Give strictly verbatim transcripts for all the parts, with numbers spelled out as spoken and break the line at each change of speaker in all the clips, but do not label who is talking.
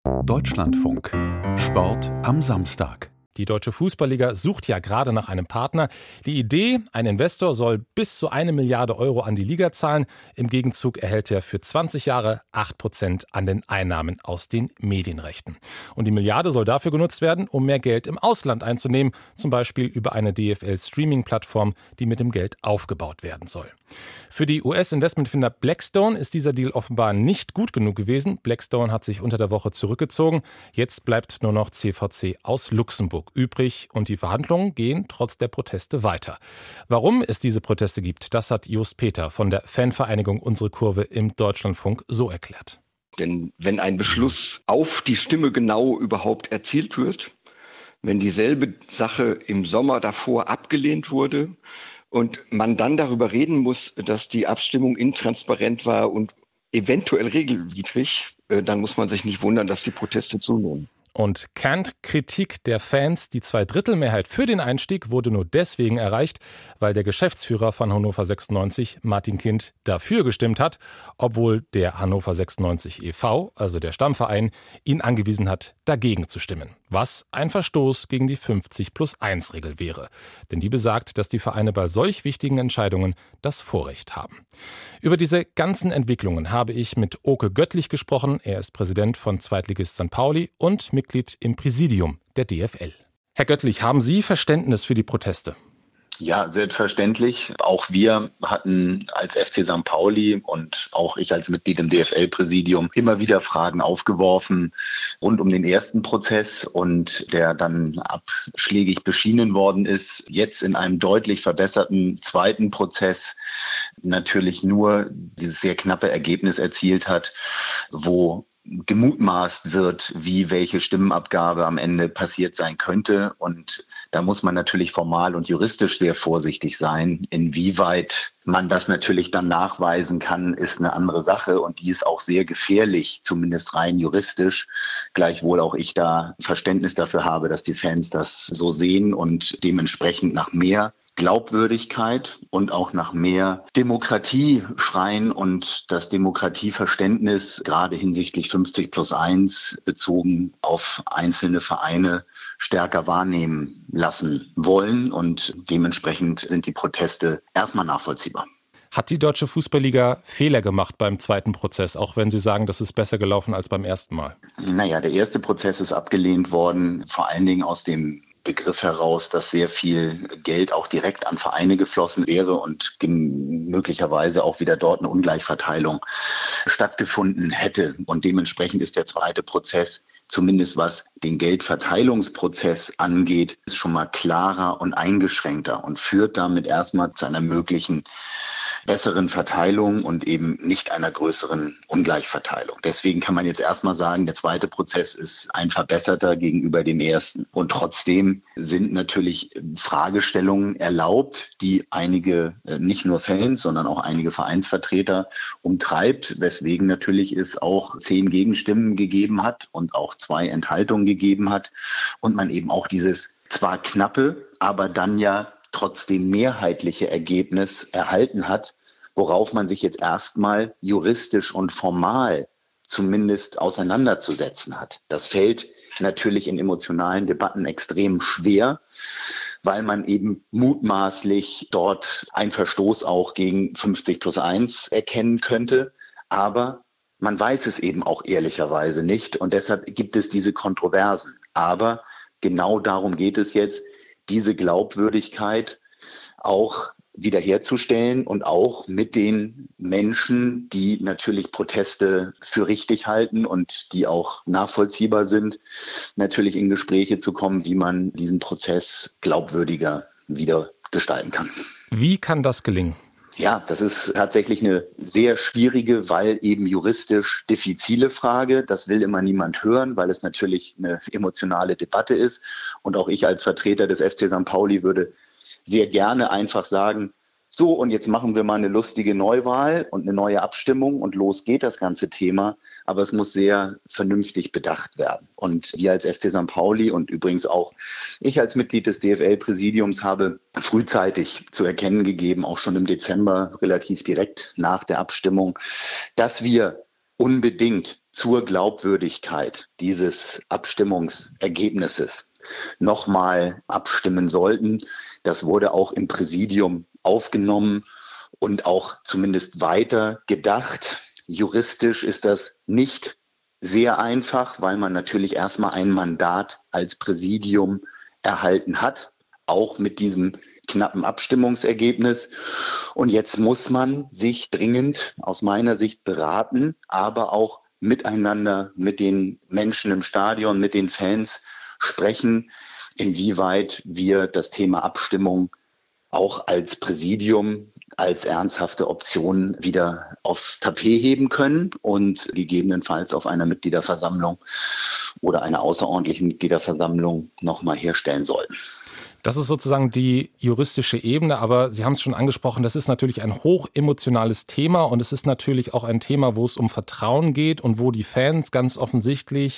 Deutschlandfunk. Sport am Samstag.
Die Deutsche Fußballliga sucht ja gerade nach einem Partner. Die Idee, ein Investor soll bis zu eine Milliarde Euro an die Liga zahlen. Im Gegenzug erhält er für zwanzig Jahre acht Prozent an den Einnahmen aus den Medienrechten. Und die Milliarde soll dafür genutzt werden, um mehr Geld im Ausland einzunehmen. Zum Beispiel über eine D F L-Streaming-Plattform, die mit dem Geld aufgebaut werden soll. Für die U S-Investmentfinder Blackstone ist dieser Deal offenbar nicht gut genug gewesen. Blackstone hat sich unter der Woche zurückgezogen. Jetzt bleibt nur noch C V C aus Luxemburg übrig und die Verhandlungen gehen trotz der Proteste weiter. Warum es diese Proteste gibt, das hat Just Peter von der Fanvereinigung Unsere Kurve im Deutschlandfunk so erklärt.
Denn wenn ein Beschluss auf die Stimme genau überhaupt erzielt wird, wenn dieselbe Sache im Sommer davor abgelehnt wurde und man dann darüber reden muss, dass die Abstimmung intransparent war und eventuell regelwidrig, dann muss man sich nicht wundern, dass die Proteste zunehmen.
Und Kernkritik der Fans, die Zweidrittelmehrheit für den Einstieg wurde nur deswegen erreicht, weil der Geschäftsführer von Hannover sechsundneunzig, Martin Kind, dafür gestimmt hat, obwohl der Hannover sechsundneunzig e V, also der Stammverein, ihn angewiesen hat, dagegen zu stimmen. Was ein Verstoß gegen die fünfzig plus eins Regel wäre. Denn die besagt, dass die Vereine bei solch wichtigen Entscheidungen das Vorrecht haben. Über diese ganzen Entwicklungen habe ich mit Oke Göttlich gesprochen. Er ist Präsident von Zweitligist Sankt Pauli und Mitglied im Präsidium der D F L. Herr Göttlich, haben Sie Verständnis für die Proteste?
Ja, selbstverständlich. Auch wir hatten als F C Sankt Pauli und auch ich als Mitglied im D F L-Präsidium immer wieder Fragen aufgeworfen rund um den ersten Prozess und der dann abschlägig beschienen worden ist. Jetzt in einem deutlich verbesserten zweiten Prozess natürlich nur dieses sehr knappe Ergebnis erzielt hat, wo gemutmaßt wird, wie welche Stimmenabgabe am Ende passiert sein könnte. Und da muss man natürlich formal und juristisch sehr vorsichtig sein. Inwieweit man das natürlich dann nachweisen kann, ist eine andere Sache. Und die ist auch sehr gefährlich, zumindest rein juristisch. Gleichwohl auch ich da Verständnis dafür habe, dass die Fans das so sehen und dementsprechend nach mehr Glaubwürdigkeit und auch nach mehr Demokratie schreien und das Demokratieverständnis gerade hinsichtlich fünfzig plus eins bezogen auf einzelne Vereine stärker wahrnehmen lassen wollen. Und dementsprechend sind die Proteste erstmal nachvollziehbar.
Hat die Deutsche Fußballliga Fehler gemacht beim zweiten Prozess, auch wenn Sie sagen, das ist besser gelaufen als beim ersten Mal?
Naja, der erste Prozess ist abgelehnt worden, vor allen Dingen aus dem Begriff heraus, dass sehr viel Geld auch direkt an Vereine geflossen wäre und möglicherweise auch wieder dort eine Ungleichverteilung stattgefunden hätte. Und dementsprechend ist der zweite Prozess, zumindest was den Geldverteilungsprozess angeht, ist schon mal klarer und eingeschränkter und führt damit erstmal zu einer möglichen besseren Verteilung und eben nicht einer größeren Ungleichverteilung. Deswegen kann man jetzt erstmal sagen, der zweite Prozess ist ein verbesserter gegenüber dem ersten. Und trotzdem sind natürlich Fragestellungen erlaubt, die einige, nicht nur Fans, sondern auch einige Vereinsvertreter umtreibt, weswegen natürlich es auch zehn Gegenstimmen gegeben hat und auch zwei Enthaltungen gegeben hat und man eben auch dieses zwar knappe, aber dann ja trotzdem mehrheitliche Ergebnis erhalten hat, worauf man sich jetzt erstmal juristisch und formal zumindest auseinanderzusetzen hat. Das fällt natürlich in emotionalen Debatten extrem schwer, weil man eben mutmaßlich dort einen Verstoß auch gegen fünfzig plus eins erkennen könnte. Aber man weiß es eben auch ehrlicherweise nicht und deshalb gibt es diese Kontroversen. Aber genau darum geht es jetzt, diese Glaubwürdigkeit auch wiederherzustellen und auch mit den Menschen, die natürlich Proteste für richtig halten und die auch nachvollziehbar sind, natürlich in Gespräche zu kommen, wie man diesen Prozess glaubwürdiger wieder gestalten kann.
Wie kann das gelingen?
Ja, das ist tatsächlich eine sehr schwierige, weil eben juristisch diffizile Frage. Das will immer niemand hören, weil es natürlich eine emotionale Debatte ist. Und auch ich als Vertreter des F C Sankt Pauli würde sehr gerne einfach sagen, so, und jetzt machen wir mal eine lustige Neuwahl und eine neue Abstimmung und los geht das ganze Thema. Aber es muss sehr vernünftig bedacht werden. Und wir als F C Sankt Pauli und übrigens auch ich als Mitglied des D F L-Präsidiums habe frühzeitig zu erkennen gegeben, auch schon im Dezember, relativ direkt nach der Abstimmung, dass wir unbedingt zur Glaubwürdigkeit dieses Abstimmungsergebnisses nochmal abstimmen sollten. Das wurde auch im Präsidium aufgenommen und auch zumindest weiter gedacht. Juristisch ist das nicht sehr einfach, weil man natürlich erstmal ein Mandat als Präsidium erhalten hat, auch mit diesem knappen Abstimmungsergebnis. Und jetzt muss man sich dringend aus meiner Sicht beraten, aber auch miteinander mit den Menschen im Stadion, mit den Fans sprechen, inwieweit wir das Thema Abstimmung auch als Präsidium, als ernsthafte Option wieder aufs Tapet heben können und gegebenenfalls auf einer Mitgliederversammlung oder einer außerordentlichen Mitgliederversammlung nochmal herstellen sollten.
Das ist sozusagen die juristische Ebene, aber Sie haben es schon angesprochen, das ist natürlich ein hochemotionales Thema und es ist natürlich auch ein Thema, wo es um Vertrauen geht und wo die Fans ganz offensichtlich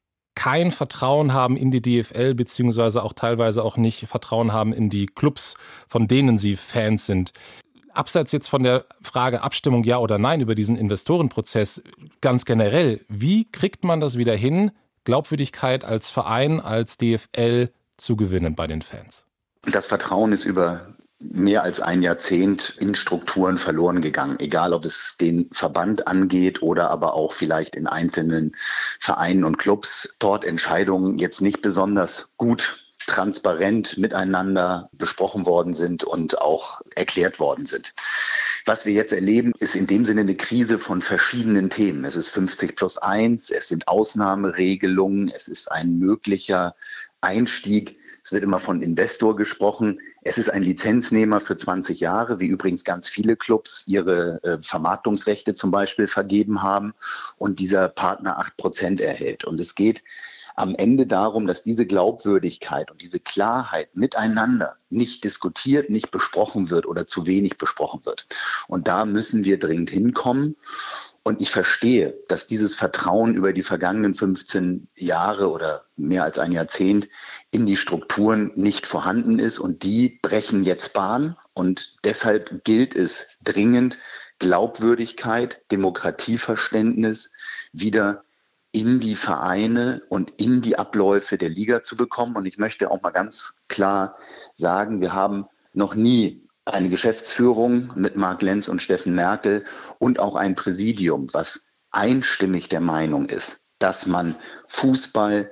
kein Vertrauen haben in die D F L, beziehungsweise auch teilweise auch nicht Vertrauen haben in die Clubs, von denen sie Fans sind. Abseits jetzt von der Frage Abstimmung ja oder nein über diesen Investorenprozess, ganz generell, wie kriegt man das wieder hin, Glaubwürdigkeit als Verein, als D F L zu gewinnen bei den Fans?
Das Vertrauen ist über mehr als ein Jahrzehnt in Strukturen verloren gegangen, egal ob es den Verband angeht oder aber auch vielleicht in einzelnen Vereinen und Clubs, dort Entscheidungen jetzt nicht besonders gut transparent miteinander besprochen worden sind und auch erklärt worden sind. Was wir jetzt erleben, ist in dem Sinne eine Krise von verschiedenen Themen. Es ist fünfzig plus eins, es sind Ausnahmeregelungen, es ist ein möglicher Einstieg. Es wird immer von Investor gesprochen. Es ist ein Lizenznehmer für zwanzig Jahre, wie übrigens ganz viele Clubs ihre äh, Vermarktungsrechte zum Beispiel vergeben haben und dieser Partner acht Prozent erhält. Und es geht am Ende darum, dass diese Glaubwürdigkeit und diese Klarheit miteinander nicht diskutiert, nicht besprochen wird oder zu wenig besprochen wird. Und da müssen wir dringend hinkommen. Und ich verstehe, dass dieses Vertrauen über die vergangenen fünfzehn Jahre oder mehr als ein Jahrzehnt in die Strukturen nicht vorhanden ist. Und die brechen jetzt Bahn. Und deshalb gilt es dringend, Glaubwürdigkeit, Demokratieverständnis wieder in die Vereine und in die Abläufe der Liga zu bekommen. Und ich möchte auch mal ganz klar sagen, wir haben noch nie eine Geschäftsführung mit Marc Lenz und Steffen Merkel und auch ein Präsidium, was einstimmig der Meinung ist, dass man Fußball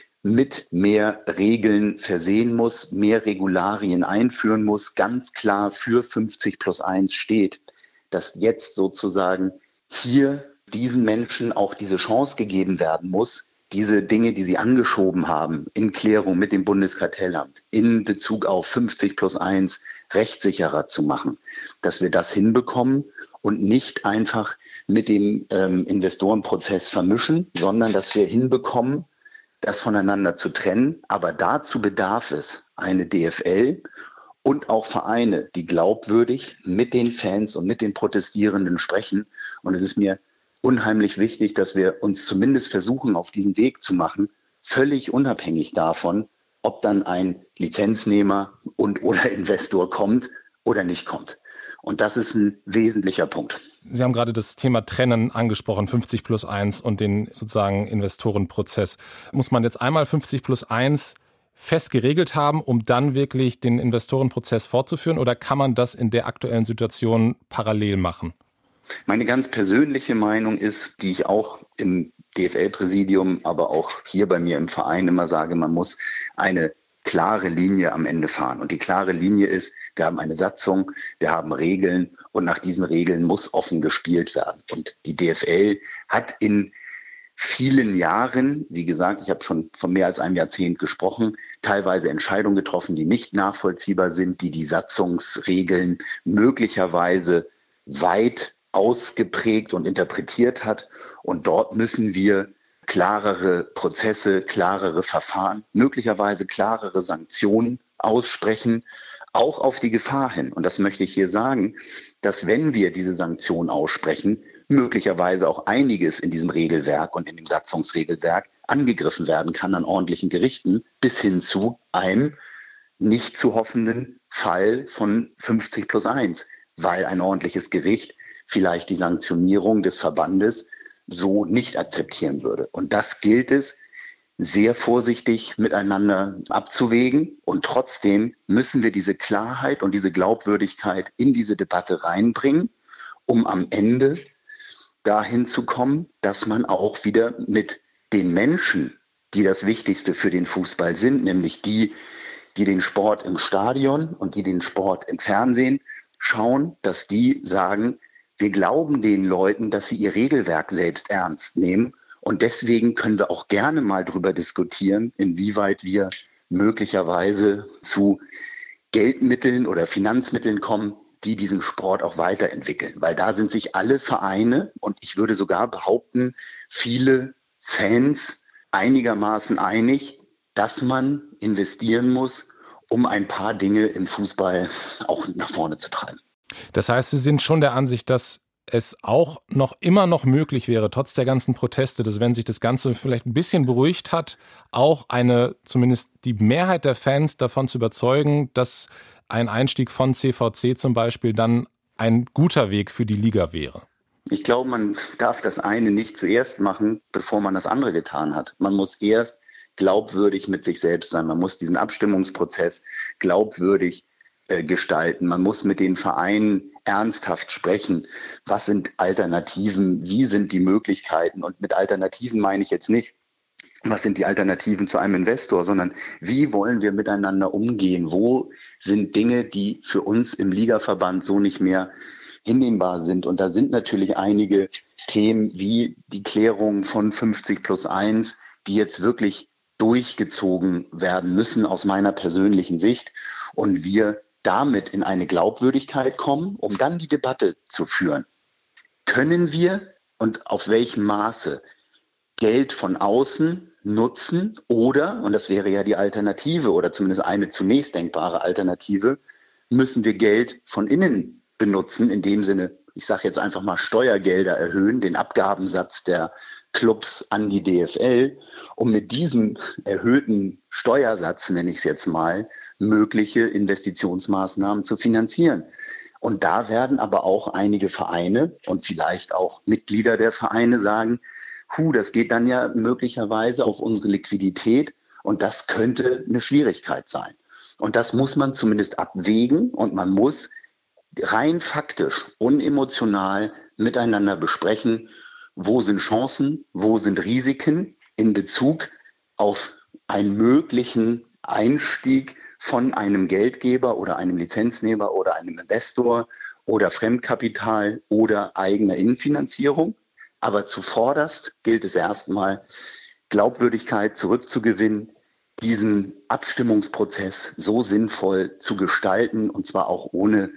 mit mehr Regeln versehen muss, mehr Regularien einführen muss, ganz klar für fünfzig plus eins steht, dass jetzt sozusagen hier diesen Menschen auch diese Chance gegeben werden muss, diese Dinge, die sie angeschoben haben, in Klärung mit dem Bundeskartellamt, in Bezug auf fünfzig plus eins rechtssicherer zu machen, dass wir das hinbekommen und nicht einfach mit dem ähm, Investorenprozess vermischen, sondern dass wir hinbekommen, das voneinander zu trennen. Aber dazu bedarf es eine D F L und auch Vereine, die glaubwürdig mit den Fans und mit den Protestierenden sprechen. Und es ist mir unheimlich wichtig, dass wir uns zumindest versuchen, auf diesen Weg zu machen, völlig unabhängig davon, ob dann ein Lizenznehmer und oder Investor kommt oder nicht kommt. Und das ist ein wesentlicher Punkt.
Sie haben gerade das Thema Trennen angesprochen, fünfzig plus eins und den sozusagen Investorenprozess. Muss man jetzt einmal fünfzig plus eins fest geregelt haben, um dann wirklich den Investorenprozess fortzuführen, oder kann man das in der aktuellen Situation parallel machen?
Meine ganz persönliche Meinung ist, die ich auch im D F L-Präsidium, aber auch hier bei mir im Verein immer sage, man muss eine klare Linie am Ende fahren. Und die klare Linie ist, wir haben eine Satzung, wir haben Regeln und nach diesen Regeln muss offen gespielt werden. Und die D F L hat in vielen Jahren, wie gesagt, ich habe schon von mehr als einem Jahrzehnt gesprochen, teilweise Entscheidungen getroffen, die nicht nachvollziehbar sind, die die Satzungsregeln möglicherweise weit ausgeprägt und interpretiert hat. Und dort müssen wir klarere Prozesse, klarere Verfahren, möglicherweise klarere Sanktionen aussprechen, auch auf die Gefahr hin. Und das möchte ich hier sagen, dass wenn wir diese Sanktionen aussprechen, möglicherweise auch einiges in diesem Regelwerk und in dem Satzungsregelwerk angegriffen werden kann an ordentlichen Gerichten, bis hin zu einem nicht zu hoffenden Fall von fünfzig plus eins, weil ein ordentliches Gericht vielleicht die Sanktionierung des Verbandes so nicht akzeptieren würde. Und das gilt es sehr vorsichtig miteinander abzuwägen. Und trotzdem müssen wir diese Klarheit und diese Glaubwürdigkeit in diese Debatte reinbringen, um am Ende dahin zu kommen, dass man auch wieder mit den Menschen, die das Wichtigste für den Fußball sind, nämlich die, die den Sport im Stadion und die den Sport im Fernsehen schauen, dass die sagen, wir glauben den Leuten, dass sie ihr Regelwerk selbst ernst nehmen. Und deswegen können wir auch gerne mal darüber diskutieren, inwieweit wir möglicherweise zu Geldmitteln oder Finanzmitteln kommen, die diesen Sport auch weiterentwickeln. Weil da sind sich alle Vereine und ich würde sogar behaupten, viele Fans einigermaßen einig, dass man investieren muss, um ein paar Dinge im Fußball auch nach vorne zu treiben.
Das heißt, Sie sind schon der Ansicht, dass es auch noch immer noch möglich wäre, trotz der ganzen Proteste, dass wenn sich das Ganze vielleicht ein bisschen beruhigt hat, auch eine, zumindest die Mehrheit der Fans davon zu überzeugen, dass ein Einstieg von C V C zum Beispiel dann ein guter Weg für die Liga wäre?
Ich glaube, man darf das eine nicht zuerst machen, bevor man das andere getan hat. Man muss erst glaubwürdig mit sich selbst sein. Man muss diesen Abstimmungsprozess glaubwürdig äh, gestalten. Man muss mit den Vereinen ernsthaft sprechen. Was sind Alternativen? Wie sind die Möglichkeiten? Und mit Alternativen meine ich jetzt nicht, was sind die Alternativen zu einem Investor, sondern wie wollen wir miteinander umgehen? Wo sind Dinge, die für uns im Ligaverband so nicht mehr hinnehmbar sind? Und da sind natürlich einige Themen wie die Klärung von fünfzig plus eins, die jetzt wirklich durchgezogen werden müssen aus meiner persönlichen Sicht. Und wir damit in eine Glaubwürdigkeit kommen, um dann die Debatte zu führen. Können wir und auf welchem Maße Geld von außen nutzen oder, und das wäre ja die Alternative oder zumindest eine zunächst denkbare Alternative, müssen wir Geld von innen benutzen, in dem Sinne, ich sage jetzt einfach mal Steuergelder erhöhen, den Abgabensatz der Clubs an die D F L, um mit diesem erhöhten Steuersatz, nenne ich es jetzt mal, mögliche Investitionsmaßnahmen zu finanzieren. Und da werden aber auch einige Vereine und vielleicht auch Mitglieder der Vereine sagen, Huh, das geht dann ja möglicherweise auf unsere Liquidität und das könnte eine Schwierigkeit sein. Und das muss man zumindest abwägen und man muss rein faktisch, unemotional miteinander besprechen, wo sind Chancen, wo sind Risiken in Bezug auf einen möglichen Einstieg von einem Geldgeber oder einem Lizenznehmer oder einem Investor oder Fremdkapital oder eigener Innenfinanzierung. Aber zuvorderst gilt es erstmal, Glaubwürdigkeit zurückzugewinnen, diesen Abstimmungsprozess so sinnvoll zu gestalten und zwar auch ohne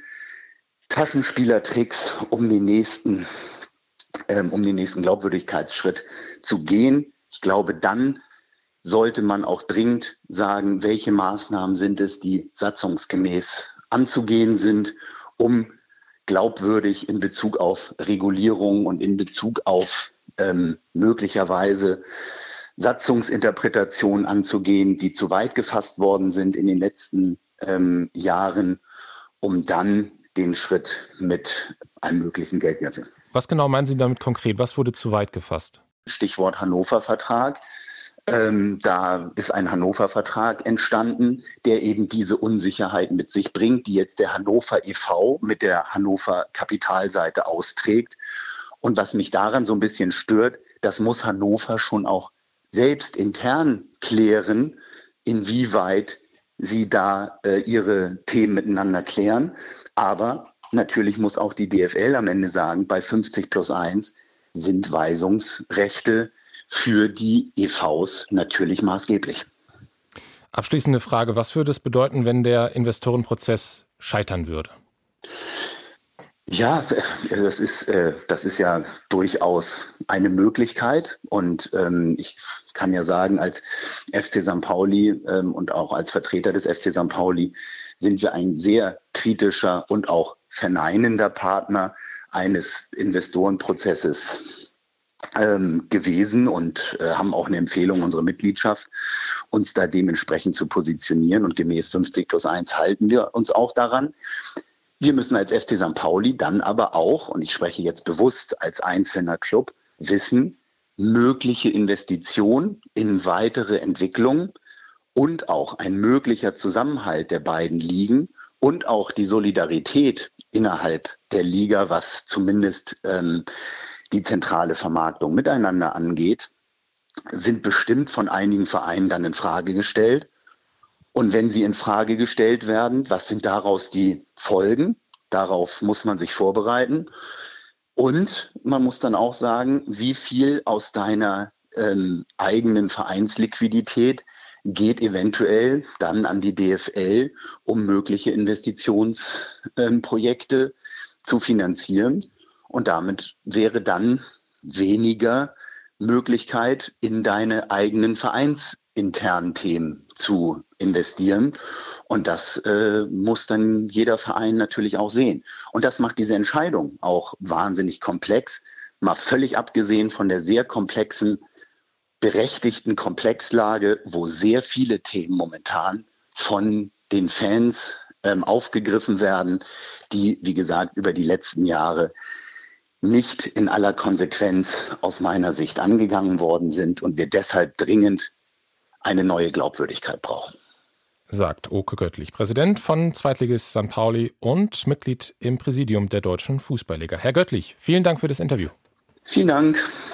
Taschenspielertricks, um den nächsten, ähm, um den nächsten Glaubwürdigkeitsschritt zu gehen. Ich glaube, dann sollte man auch dringend sagen, welche Maßnahmen sind es, die satzungsgemäß anzugehen sind, um glaubwürdig in Bezug auf Regulierung und in Bezug auf ähm, möglicherweise Satzungsinterpretationen anzugehen, die zu weit gefasst worden sind in den letzten ähm, Jahren, um dann den Schritt mit einem möglichen Geldwert.
Was genau meinen Sie damit konkret? Was wurde zu weit gefasst?
Stichwort Hannover-Vertrag. Ähm, da ist ein Hannover-Vertrag entstanden, der eben diese Unsicherheit mit sich bringt, die jetzt der Hannover e V mit der Hannover Kapitalseite austrägt. Und was mich daran so ein bisschen stört, das muss Hannover schon auch selbst intern klären, inwieweit sie da äh, ihre Themen miteinander klären. Aber natürlich muss auch die D F L am Ende sagen, bei fünfzig plus eins sind Weisungsrechte für die E Vs natürlich maßgeblich.
Abschließende Frage, was würde es bedeuten, wenn der Investorenprozess scheitern würde?
Ja, das ist, das ist ja durchaus eine Möglichkeit und ähm, ich kann ja sagen, als F C Sankt Pauli ähm, und auch als Vertreter des F C Sankt Pauli sind wir ein sehr kritischer und auch verneinender Partner eines Investorenprozesses ähm, gewesen und äh, haben auch eine Empfehlung unserer Mitgliedschaft, uns da dementsprechend zu positionieren und gemäß fünfzig plus eins halten wir uns auch daran. Wir müssen als F C Sankt Pauli dann aber auch, und ich spreche jetzt bewusst als einzelner Club, wissen, mögliche Investition in weitere Entwicklung und auch ein möglicher Zusammenhalt der beiden Ligen und auch die Solidarität innerhalb der Liga, was zumindest ähm, die zentrale Vermarktung miteinander angeht, sind bestimmt von einigen Vereinen dann in Frage gestellt. Und wenn sie in Frage gestellt werden, was sind daraus die Folgen? Darauf muss man sich vorbereiten. Und man muss dann auch sagen, wie viel aus deiner ähm, eigenen Vereinsliquidität geht eventuell dann an die D F L, um mögliche Investitionsprojekte ähm, zu finanzieren. Und damit wäre dann weniger Möglichkeit, in deine eigenen vereinsinternen Themen zu investieren. Und das äh, muss dann jeder Verein natürlich auch sehen. Und das macht diese Entscheidung auch wahnsinnig komplex, mal völlig abgesehen von der sehr komplexen, berechtigten Komplexlage, wo sehr viele Themen momentan von den Fans ähm, aufgegriffen werden, die, wie gesagt, über die letzten Jahre nicht in aller Konsequenz aus meiner Sicht angegangen worden sind und wir deshalb dringend eine neue Glaubwürdigkeit brauchen.
Sagt Oke Göttlich, Präsident von Zweitligist Sankt Pauli und Mitglied im Präsidium der Deutschen Fußballliga. Herr Göttlich, vielen Dank für das Interview.
Vielen Dank.